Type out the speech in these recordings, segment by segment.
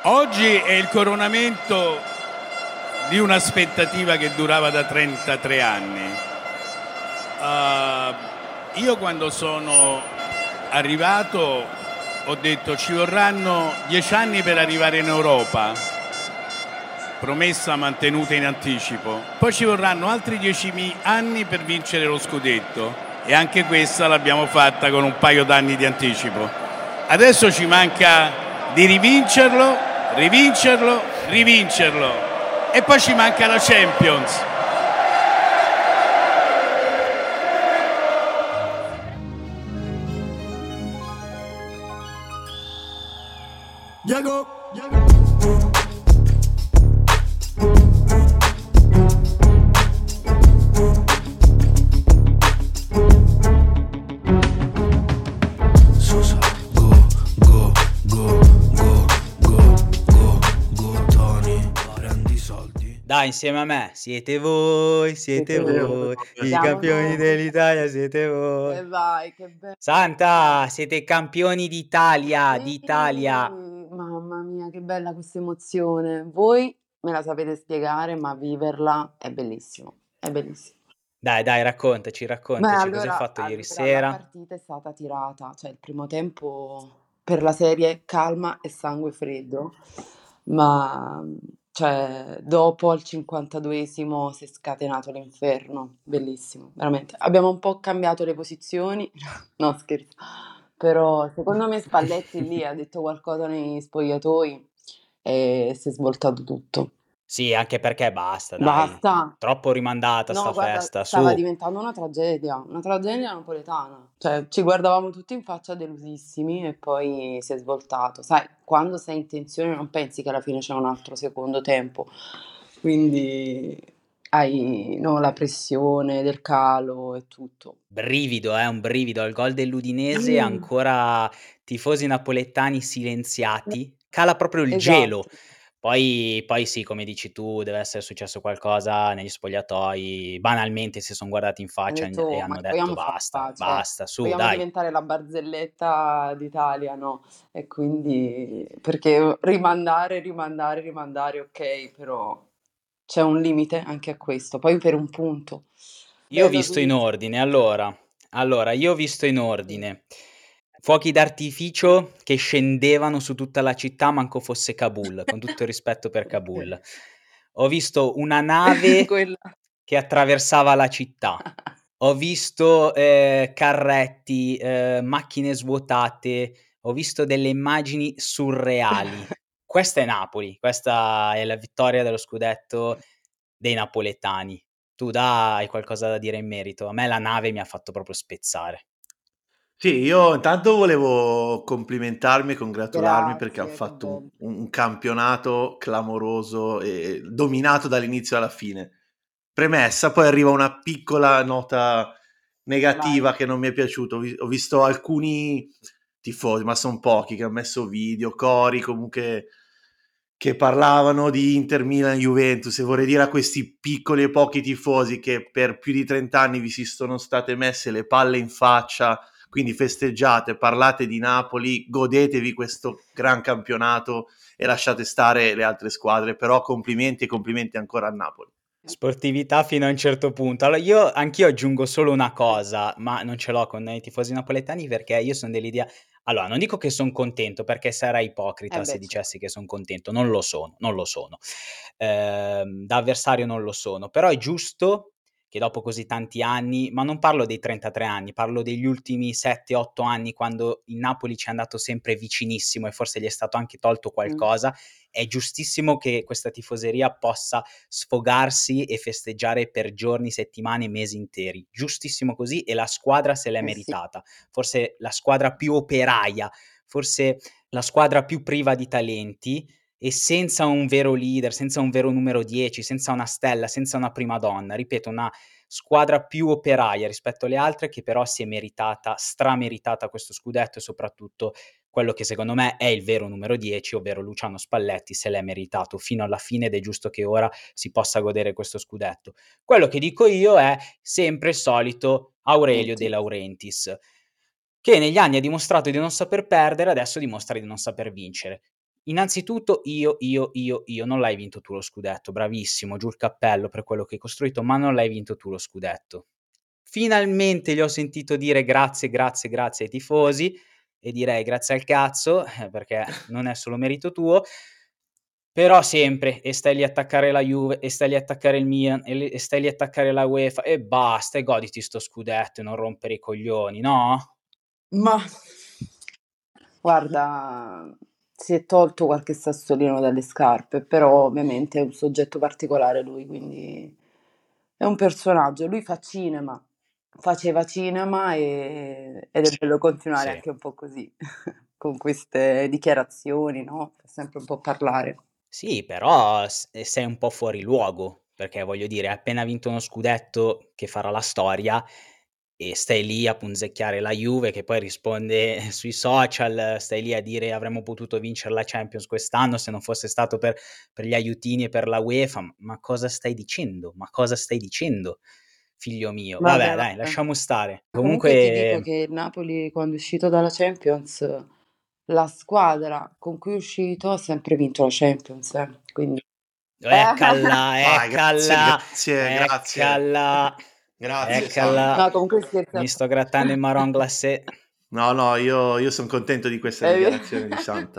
Oggi è il coronamento di un'aspettativa che durava da 33 anni. Io quando sono arrivato ho detto ci vorranno 10 anni per arrivare in Europa, promessa mantenuta in anticipo, poi ci vorranno altri 10 anni per vincere lo scudetto e anche questa l'abbiamo fatta con un paio d'anni di anticipo. Adesso ci manca di rivincerlo e poi ci manca la Champions. Diego. Sosa, go, Tony, prendi i soldi. Dai, insieme a me, siete voi, i Siamo campioni noi. dell'Italia siete voi. E vai, che bello. Santa, siete campioni d'Italia, Sì, d'Italia. mamma mia, che bella questa emozione. Voi me la sapete spiegare, ma viverla è bellissimo, è bellissimo. Dai, raccontaci, cosa hai fatto ieri La sera? partita è stata tirata, cioè il primo tempo per la serie calma e sangue freddo, ma cioè, dopo al 52esimo si è scatenato l'inferno, bellissimo, veramente. Abbiamo un po' cambiato le posizioni, no scherzo, però secondo me Spalletti lì ha detto qualcosa nei spogliatoi e si è svoltato tutto. Sì, anche perché basta, dai. Basta. Troppo rimandata No, sta guarda, festa, stava su. diventando una tragedia napoletana. Cioè, ci guardavamo tutti in faccia delusissimi e poi si è svoltato. Sai, quando sei in tensione non pensi che alla fine c'è un altro secondo tempo, quindi hai, no, la pressione del calo e tutto. Brivido, un brivido. Al gol dell'Udinese ancora tifosi napoletani silenziati. Cala proprio il gelo. Esatto. Poi sì, come dici tu, deve essere successo qualcosa negli spogliatoi. Banalmente si son guardati in Hanno faccia detto, e ma hanno detto: vogliamo far "Basta, pace, basta, su vogliamo dai". diventare la barzelletta d'Italia, no? E quindi, perché rimandare, ok, però c'è un limite anche a questo. Poi per un punto. Io ho Bello visto in Luigi. ordine, allora io ho visto in Sì. ordine fuochi d'artificio che scendevano su tutta la città manco fosse Kabul, con tutto il rispetto per Ok. Kabul. Ho visto una nave Quella. che attraversava la città. Ho visto, carretti, macchine svuotate, ho visto delle immagini surreali. Questa è Napoli, questa è la vittoria dello scudetto dei napoletani. Tu hai qualcosa da dire in merito? A me la nave mi ha fatto proprio spezzare. Sì, io intanto volevo complimentarmi e congratularmi perché han Grazie, che fatto bello. un campionato clamoroso e dominato dall'inizio alla fine. Premessa, poi arriva una piccola nota Vai. negativa che non mi è piaciuto. Ho visto alcuni tifosi, ma son pochi, che han messo video, cori comunque che parlavano di Inter, Milan, Juventus, e vorrei dire a questi piccoli e pochi tifosi che per più di 30 anni vi si sono state messe le palle in faccia, quindi festeggiate, parlate di Napoli, godetevi questo gran campionato e lasciate stare le altre squadre, però complimenti e complimenti ancora a Napoli. Sportività fino a un certo punto. Anch'io aggiungo solo una cosa, ma non ce l'ho con i tifosi napoletani perché io son dell'idea, allora non dico che son contento perché sarei Eh ipocrita se beh, certo. dicessi che son contento, non lo sono, non lo sono. Da avversario non lo sono, però è giusto che dopo così tanti anni, ma non parlo dei 33 anni, parlo degli ultimi 7, 8 anni quando il Napoli ci è andato sempre vicinissimo e forse gli è stato anche tolto qualcosa, è giustissimo che questa tifoseria possa sfogarsi e festeggiare per giorni, settimane, mesi interi. Giustissimo così e la squadra se l'è Sì. meritata. Forse la squadra più operaia, forse la squadra più priva di talenti e senza un vero leader, senza un vero numero 10, senza una stella, senza una prima donna. Ripeto, una squadra più operaia rispetto alle altre che però si è meritata, strameritata questo scudetto e soprattutto quello che secondo me è il vero numero 10, ovvero Luciano Spalletti, se l'è meritato fino alla fine ed è giusto che ora si possa godere questo scudetto. Quello che dico io è sempre il solito Aurelio De Sì. Laurentiis, che negli anni ha dimostrato di non saper perdere, adesso dimostra di non saper vincere. innanzitutto io non l'hai vinto tu lo scudetto, bravissimo, giù il cappello per quello che hai costruito, ma non l'hai vinto tu lo scudetto. Finalmente gli ho sentito dire grazie ai tifosi, e direi grazie al cazzo, perché non è solo merito tuo, però sempre, e stai lì a attaccare la Juve, e stai lì a attaccare il Milan, e stai lì a attaccare la UEFA, e basta, e goditi sto scudetto e non rompere i coglioni, no? Ma guarda, si è tolto qualche sassolino dalle scarpe, però ovviamente è un soggetto particolare lui, quindi è un personaggio. Lui fa cinema, faceva cinema ed è bello continuare Sì. anche un po' così, con queste dichiarazioni, no? Fa sempre un po' parlare. Sì, però sei un po' fuori luogo, perché voglio dire, hai appena vinto uno scudetto che farà la storia e stai lì a punzecchiare la Juve che poi risponde sui social, stai lì a dire avremmo potuto vincere la Champions quest'anno se non fosse stato per gli aiutini e per la UEFA. Ma cosa stai dicendo? Ma cosa stai dicendo, figlio mio? Vabbè, Vabbè, dai, vabbè. lasciamo stare. Comunque ti dico Comunque, che il Napoli, quando è uscito dalla Champions, la squadra con cui è uscito ha sempre vinto la Champions, quindi... eccola, Vai, grazie, eccola, grazie, grazie. eccola, Grazie, eccola. No, Santa. comunque Mi scherzato. sto grattando il marron glacé. No, io sono contento di questa È vero. dichiarazione di Santa.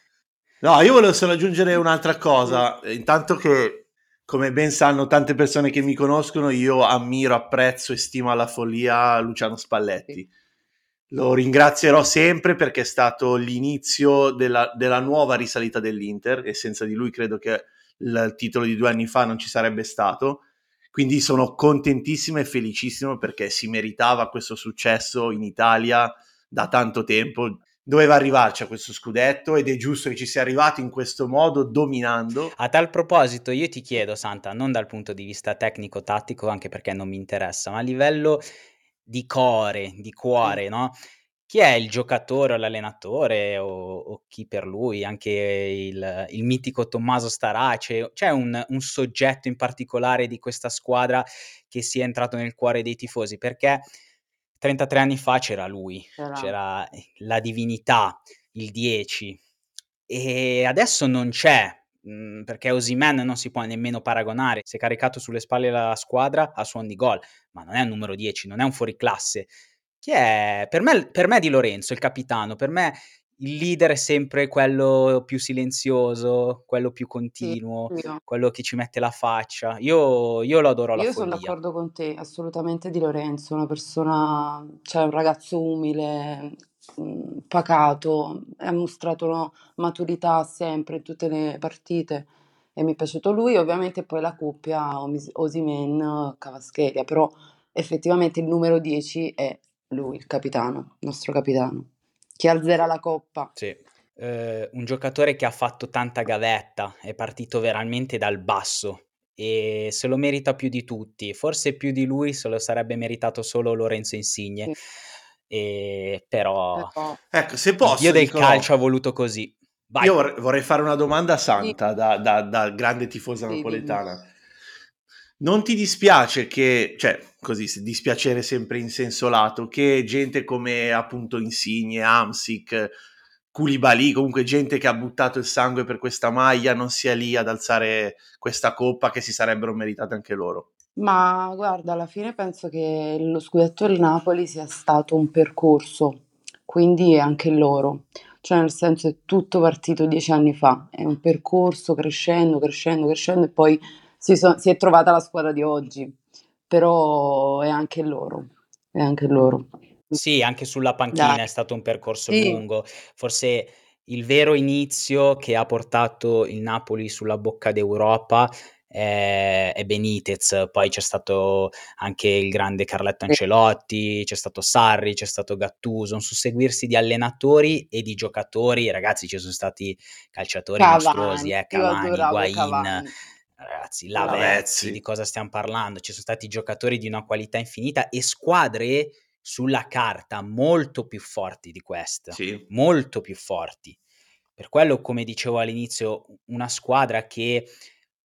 No, io volevo solo aggiungere un'altra Mm. cosa. Intanto che, come ben sanno tante persone che mi conoscono, io ammiro, apprezzo e stimo alla follia Luciano Sì. Spalletti. Lo ringrazierò sempre perché è stato l'inizio della nuova risalita dell'Inter e senza di lui credo che il titolo di 2 anni fa non ci sarebbe stato. Quindi sono contentissimo e felicissimo perché si meritava questo successo in Italia da tanto tempo. Doveva arrivarci a questo scudetto ed è giusto che ci sia arrivato in questo modo, dominando. A tal proposito, io ti chiedo, Santa, non dal punto di vista tecnico-tattico, anche perché non mi interessa, ma a livello di Sì. cuore, no? Chi è il giocatore o l'allenatore o chi per lui, anche il mitico Tommaso Starace? C'è un soggetto in particolare di questa squadra che sia entrato nel cuore dei tifosi? Perché 33 anni fa c'era lui, c'era la divinità, il 10, e adesso non c'è, perché Osimhen non si può nemmeno paragonare, si è caricato sulle spalle la squadra a suon di gol, ma non è un numero 10, non è un fuoriclasse. Chi è? Per me Di Lorenzo, il capitano, per me il leader è sempre quello più silenzioso, quello più Sì, continuo, io. quello che ci mette la faccia. Io lo adoro alla Io son follia. d'accordo con te, assolutamente Di Lorenzo, una persona, cioè un ragazzo umile, pacato, ha mostrato no, maturità sempre in tutte le partite e mi è piaciuto lui. Ovviamente poi la coppia Osimhen-Kvaratskhelia, però effettivamente il numero 10 è lui, il capitano, il nostro capitano. Chi alzerà la coppa? Sì. Un giocatore che ha fatto tanta gavetta, è partito veramente dal basso e se lo merita più di tutti. Forse più di lui se lo sarebbe meritato solo Lorenzo Insigne, Sì, però però Ecco, se il dio posso, del Nicolò, calcio ha voluto così. Vai. io vorrei fare una domanda a sì, Santa da grande tifosa sì, dimmi. napoletana. Non ti dispiace che, cioè, così, dispiacere sempre in senso lato, che gente come appunto Insigne, Hamsik, Koulibaly, comunque gente che ha buttato il sangue per questa maglia, non sia lì ad alzare questa coppa che si sarebbero meritate anche loro? Ma guarda, alla fine penso che lo scudetto del Napoli sia stato un percorso, quindi anche loro. Cioè, nel senso è tutto partito 10 anni fa, è un percorso crescendo, crescendo, crescendo e poi si è trovata la squadra di oggi. Però è anche loro, è anche loro. Sì, anche sulla Dai, panchina è stato un percorso sì, lungo. Forse il vero inizio che ha portato il Napoli sulla bocca d'Europa è Benitez, poi c'è stato anche il grande Carletto sì. Ancelotti, c'è stato Sarri, c'è stato Gattuso, un susseguirsi di allenatori e di giocatori. Ragazzi, ci sono stati calciatori mostruosi, Cavani, io Cavani, adoravo Higuain, Cavani. ragazzi, Cavani. Lavezzi, di Lavezzi, cosa stiamo parlando? Ci sono stati giocatori di una qualità infinita e squadre sulla carta molto più forti di questa, sì. molto più forti. Per quello, come dicevo all'inizio, una squadra che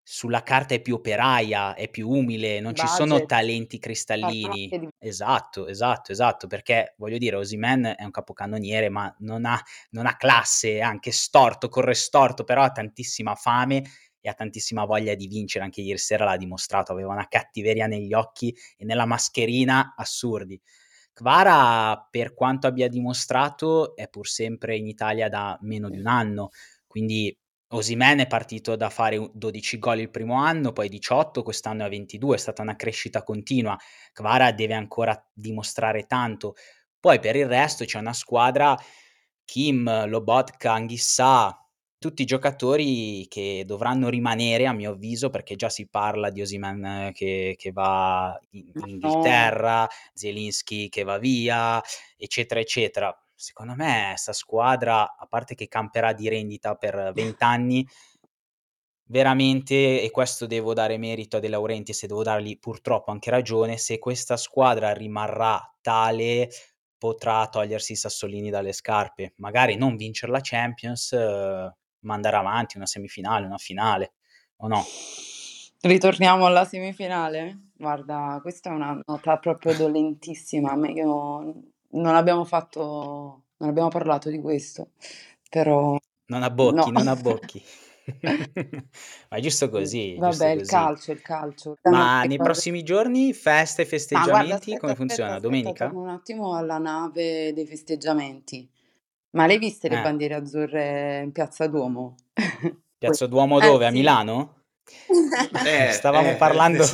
sulla carta è più operaia, è più umile, non ci sono Budget, talenti parlano cristallini. anche di Esatto, perché voglio dire, Osimhen è un capocannoniere, ma non ha classe, è anche storto, corre storto, però ha tantissima fame e ha tantissima voglia di vincere. Anche ieri sera l'ha dimostrato, aveva una cattiveria negli occhi e nella mascherina assurdi. Kvara, per quanto abbia dimostrato, è pur sempre in Italia da meno di un anno, quindi Osimhen è partito da fare 12 gol il primo anno, poi 18, quest'anno è a 22, è stata una crescita continua. Kvara deve ancora dimostrare tanto. Poi per il resto c'è una squadra, Kim, Lobotka, Anghissà, tutti giocatori che dovranno rimanere, a mio avviso, perché già si parla di Osimhen che va in no, Inghilterra, Zielinski che va via, eccetera, eccetera. Secondo me sta squadra, a parte che camperà di rendita per 20 anni, veramente, e questo devo dare merito a De Laurentiis e devo dargli purtroppo anche ragione, se questa squadra rimarrà tale potrà togliersi i sassolini dalle scarpe, magari non vincere la Champions, ma andare avanti, una semifinale, una finale, o no? Ritorniamo alla semifinale? Guarda, questa è una nota proprio dolentissima. Non abbiamo parlato di questo, però Non abbocchi, no. non abbocchi. Ma è giusto così, è Vabbè, giusto così. il calcio. Ma nei prossimi giorni feste e Ma guarda, festeggiamenti come funziona? aspetta, Domenica? torno un attimo alla nave dei festeggiamenti. Ma le hai viste le Eh. bandiere azzurre in Piazza Duomo? Piazza Duomo dove? A Sì. Milano? Stavamo parlando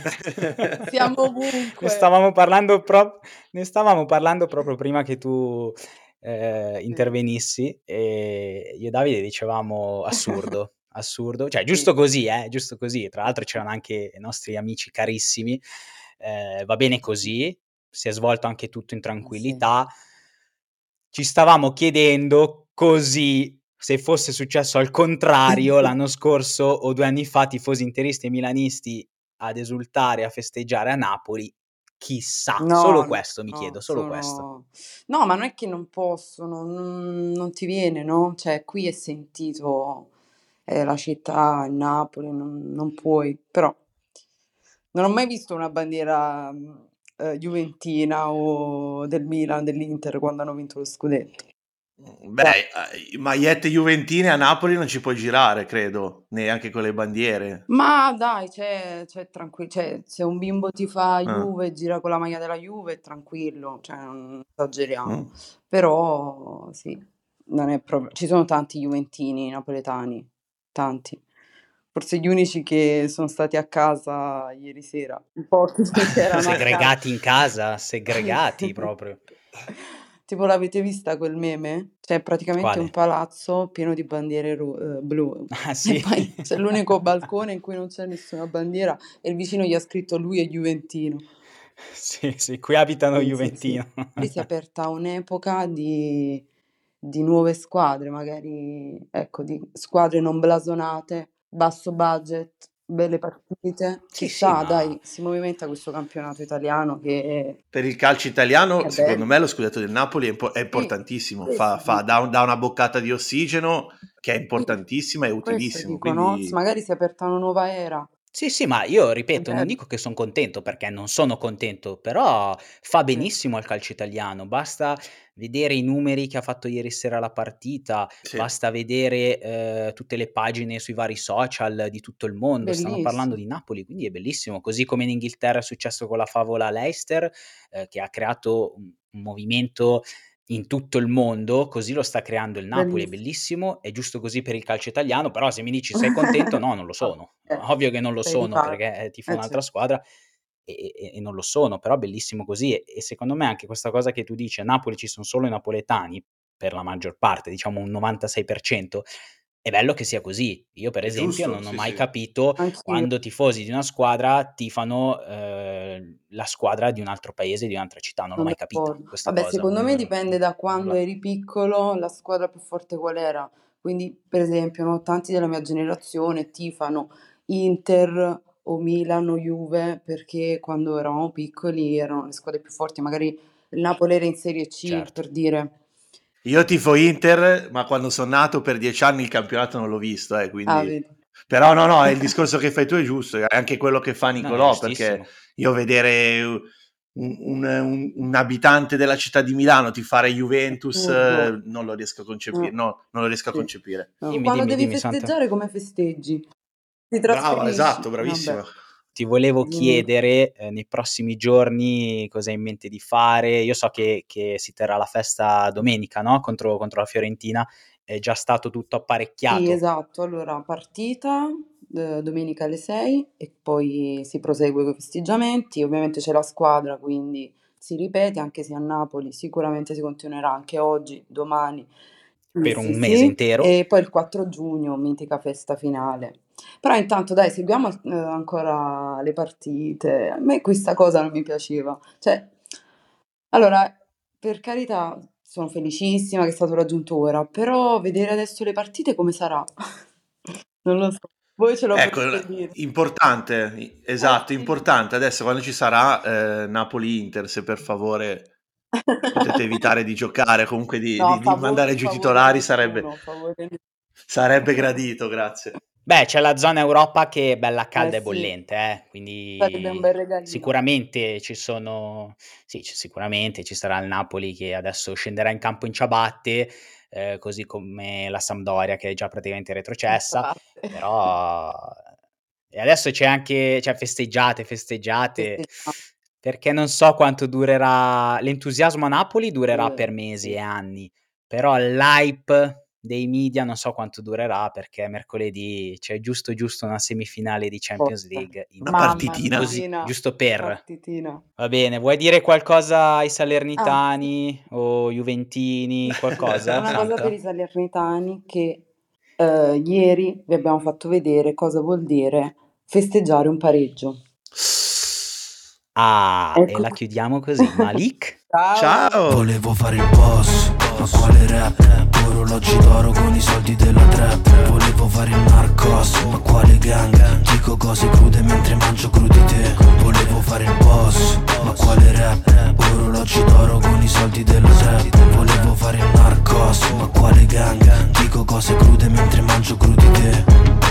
Siamo ovunque. ne stavamo parlando proprio prima che tu intervenissi, e io e Davide dicevamo assurdo, cioè giusto così, giusto così. Tra l'altro c'erano anche i nostri amici carissimi, va bene così, si è svolto anche tutto in tranquillità. Ci stavamo chiedendo così, se fosse successo al contrario l'anno scorso o 2 anni fa, tifosi interisti e milanisti ad esultare, a festeggiare a Napoli, chissà. Solo questo mi chiedo, solo questo. No, ma non è che non possono, non ti viene, no? Cioè, qui è sentito, la città, Napoli, non puoi. Però non ho mai visto una bandiera juventina o del Milan, dell'Inter quando hanno vinto lo scudetto. Beh, magliette juventine a Napoli non ci puoi girare, credo, neanche con le bandiere. Ma dai, c'è tranquillo, cioè, se un bimbo ti fa Juve, gira con la maglia della Juve, è tranquillo, cioè non esageriamo. Però sì, non è proprio. Ci sono tanti juventini napoletani, tanti. Forse gli unici che sono stati a casa ieri sera, un po' che erano a casa. Segregati in casa, segregati proprio. Tipo, l'avete vista quel meme? C'è praticamente un Quale? palazzo pieno di bandiere blu. Ah E sì? poi c'è l'unico balcone in cui non c'è nessuna bandiera e il vicino gli ha scritto lui è juventino. Sì, qui abitano Sì. juventino. Lì si è aperta un'epoca di nuove squadre, magari, ecco, di squadre non blasonate, basso budget, belle partite. Sì, Chissà, ma dai, si movimenta questo campionato italiano che Per il calcio italiano, è secondo bello. me, lo scudetto del Napoli è importantissimo. questo Dà una boccata di ossigeno che è importantissima e Questo utilissimo. dico, no? Quindi Magari si è aperta una nuova era. sì, ma io È ripeto, non bello. dico che son contento, perché non sono contento, però fa benissimo al calcio italiano. Basta vedere i numeri che ha fatto ieri sera la partita, sì. basta vedere tutte le pagine sui vari social di tutto il mondo, stanno parlando Bellissimo. di Napoli, quindi è bellissimo. Così come in Inghilterra è successo con la favola Leicester, che ha creato un movimento in tutto il mondo, così lo sta creando il Napoli, è Bellissimo. bellissimo, è giusto così per il calcio italiano, però se mi dici: "Sei contento?" No, non lo sono. Ovvio che non lo Sei di sono, parte. perché tifo un'altra Certo. squadra e non lo sono, però bellissimo così, e secondo me anche questa cosa che tu dici: a Napoli ci son solo i napoletani, per la maggior parte, diciamo un 96%, è bello che sia così. Io per È esempio giusto, non ho sì, mai sì. capito Anch'io. quando tifosi di una squadra tifano la squadra di un altro paese, di un'altra città, non l'ho Sono mai capita d'accordo. questa Vabbè, cosa. secondo me dipende da quando Nulla. eri piccolo, la squadra più forte qual era. Quindi, per esempio, no, tanti della mia generazione tifano Inter o Milan o Juve perché quando eravamo piccoli erano le squadre più forti. Magari il Napoli era in Serie C, Certo. per dire. Io tifo Inter, ma quando sono nato per 10 anni il campionato non l'ho visto, quindi Vedi. Però no, il discorso che fai tu è giusto, è anche quello che fa Nicolò, No, perché io vedere un abitante della città di Milano tifare Juventus non lo riesco a concepire, non lo riesco a concepire. No. Dimmi, Quando devi Santa. festeggiare, come festeggi? Ti Brava, trasferisci? esatto, bravissima. Vabbè. Ti volevo chiedere nei prossimi giorni cosa hai in mente di fare. Io so che si terrà la festa domenica, no? Contro la Fiorentina. È già stato tutto apparecchiato. Sì, esatto. Allora, partita domenica alle 6 e poi si prosegue con i festeggiamenti. Ovviamente c'è la squadra, quindi si ripete, anche se a Napoli sicuramente si continuerà anche oggi, domani. Per un mese intero. E poi il 4 giugno, mitica festa finale. Però intanto dai, seguiamo ancora le partite. A me questa cosa non mi piaceva. Cioè, allora, per carità, sono felicissima che è stato raggiunto ora, però vedere adesso le partite come sarà? Non lo so. Voi ce lo potete dire. Importante, esatto, importante. Adesso quando ci sarà Napoli-Inter, se per favore potete evitare di giocare, comunque di mandare giù i titolari, sarebbe gradito, grazie. Beh, c'è la zona Europa che è bella calda e bollente, quindi un bel regalino. sicuramente sicuramente ci sarà il Napoli che adesso scenderà in campo in ciabatte, così come la Sampdoria che è già praticamente retrocessa, però e adesso c'è anche festeggiate, perché non so quanto durerà l'entusiasmo a Napoli, durerà per mesi e anni, però l'hype dei media non so quanto durerà, perché mercoledì c'è giusto una semifinale di Champions League, una partitina così, giusto per va bene, vuoi dire qualcosa ai salernitani o juventini, qualcosa? Una cosa per i salernitani, che ieri vi abbiamo fatto vedere cosa vuol dire festeggiare un pareggio. E la chiudiamo così. Malik? Ciao! Volevo fare il boss, ma quale rap? Orologi d'oro con i soldi della trap. Volevo fare il narcos, ma quale gang? Dico cose crude mentre mangio crudité. Volevo fare il boss, ma quale rap? Orologi d'oro con i soldi della trap. Volevo fare il narcos, ma quale gang? Dico cose crude mentre mangio crudité.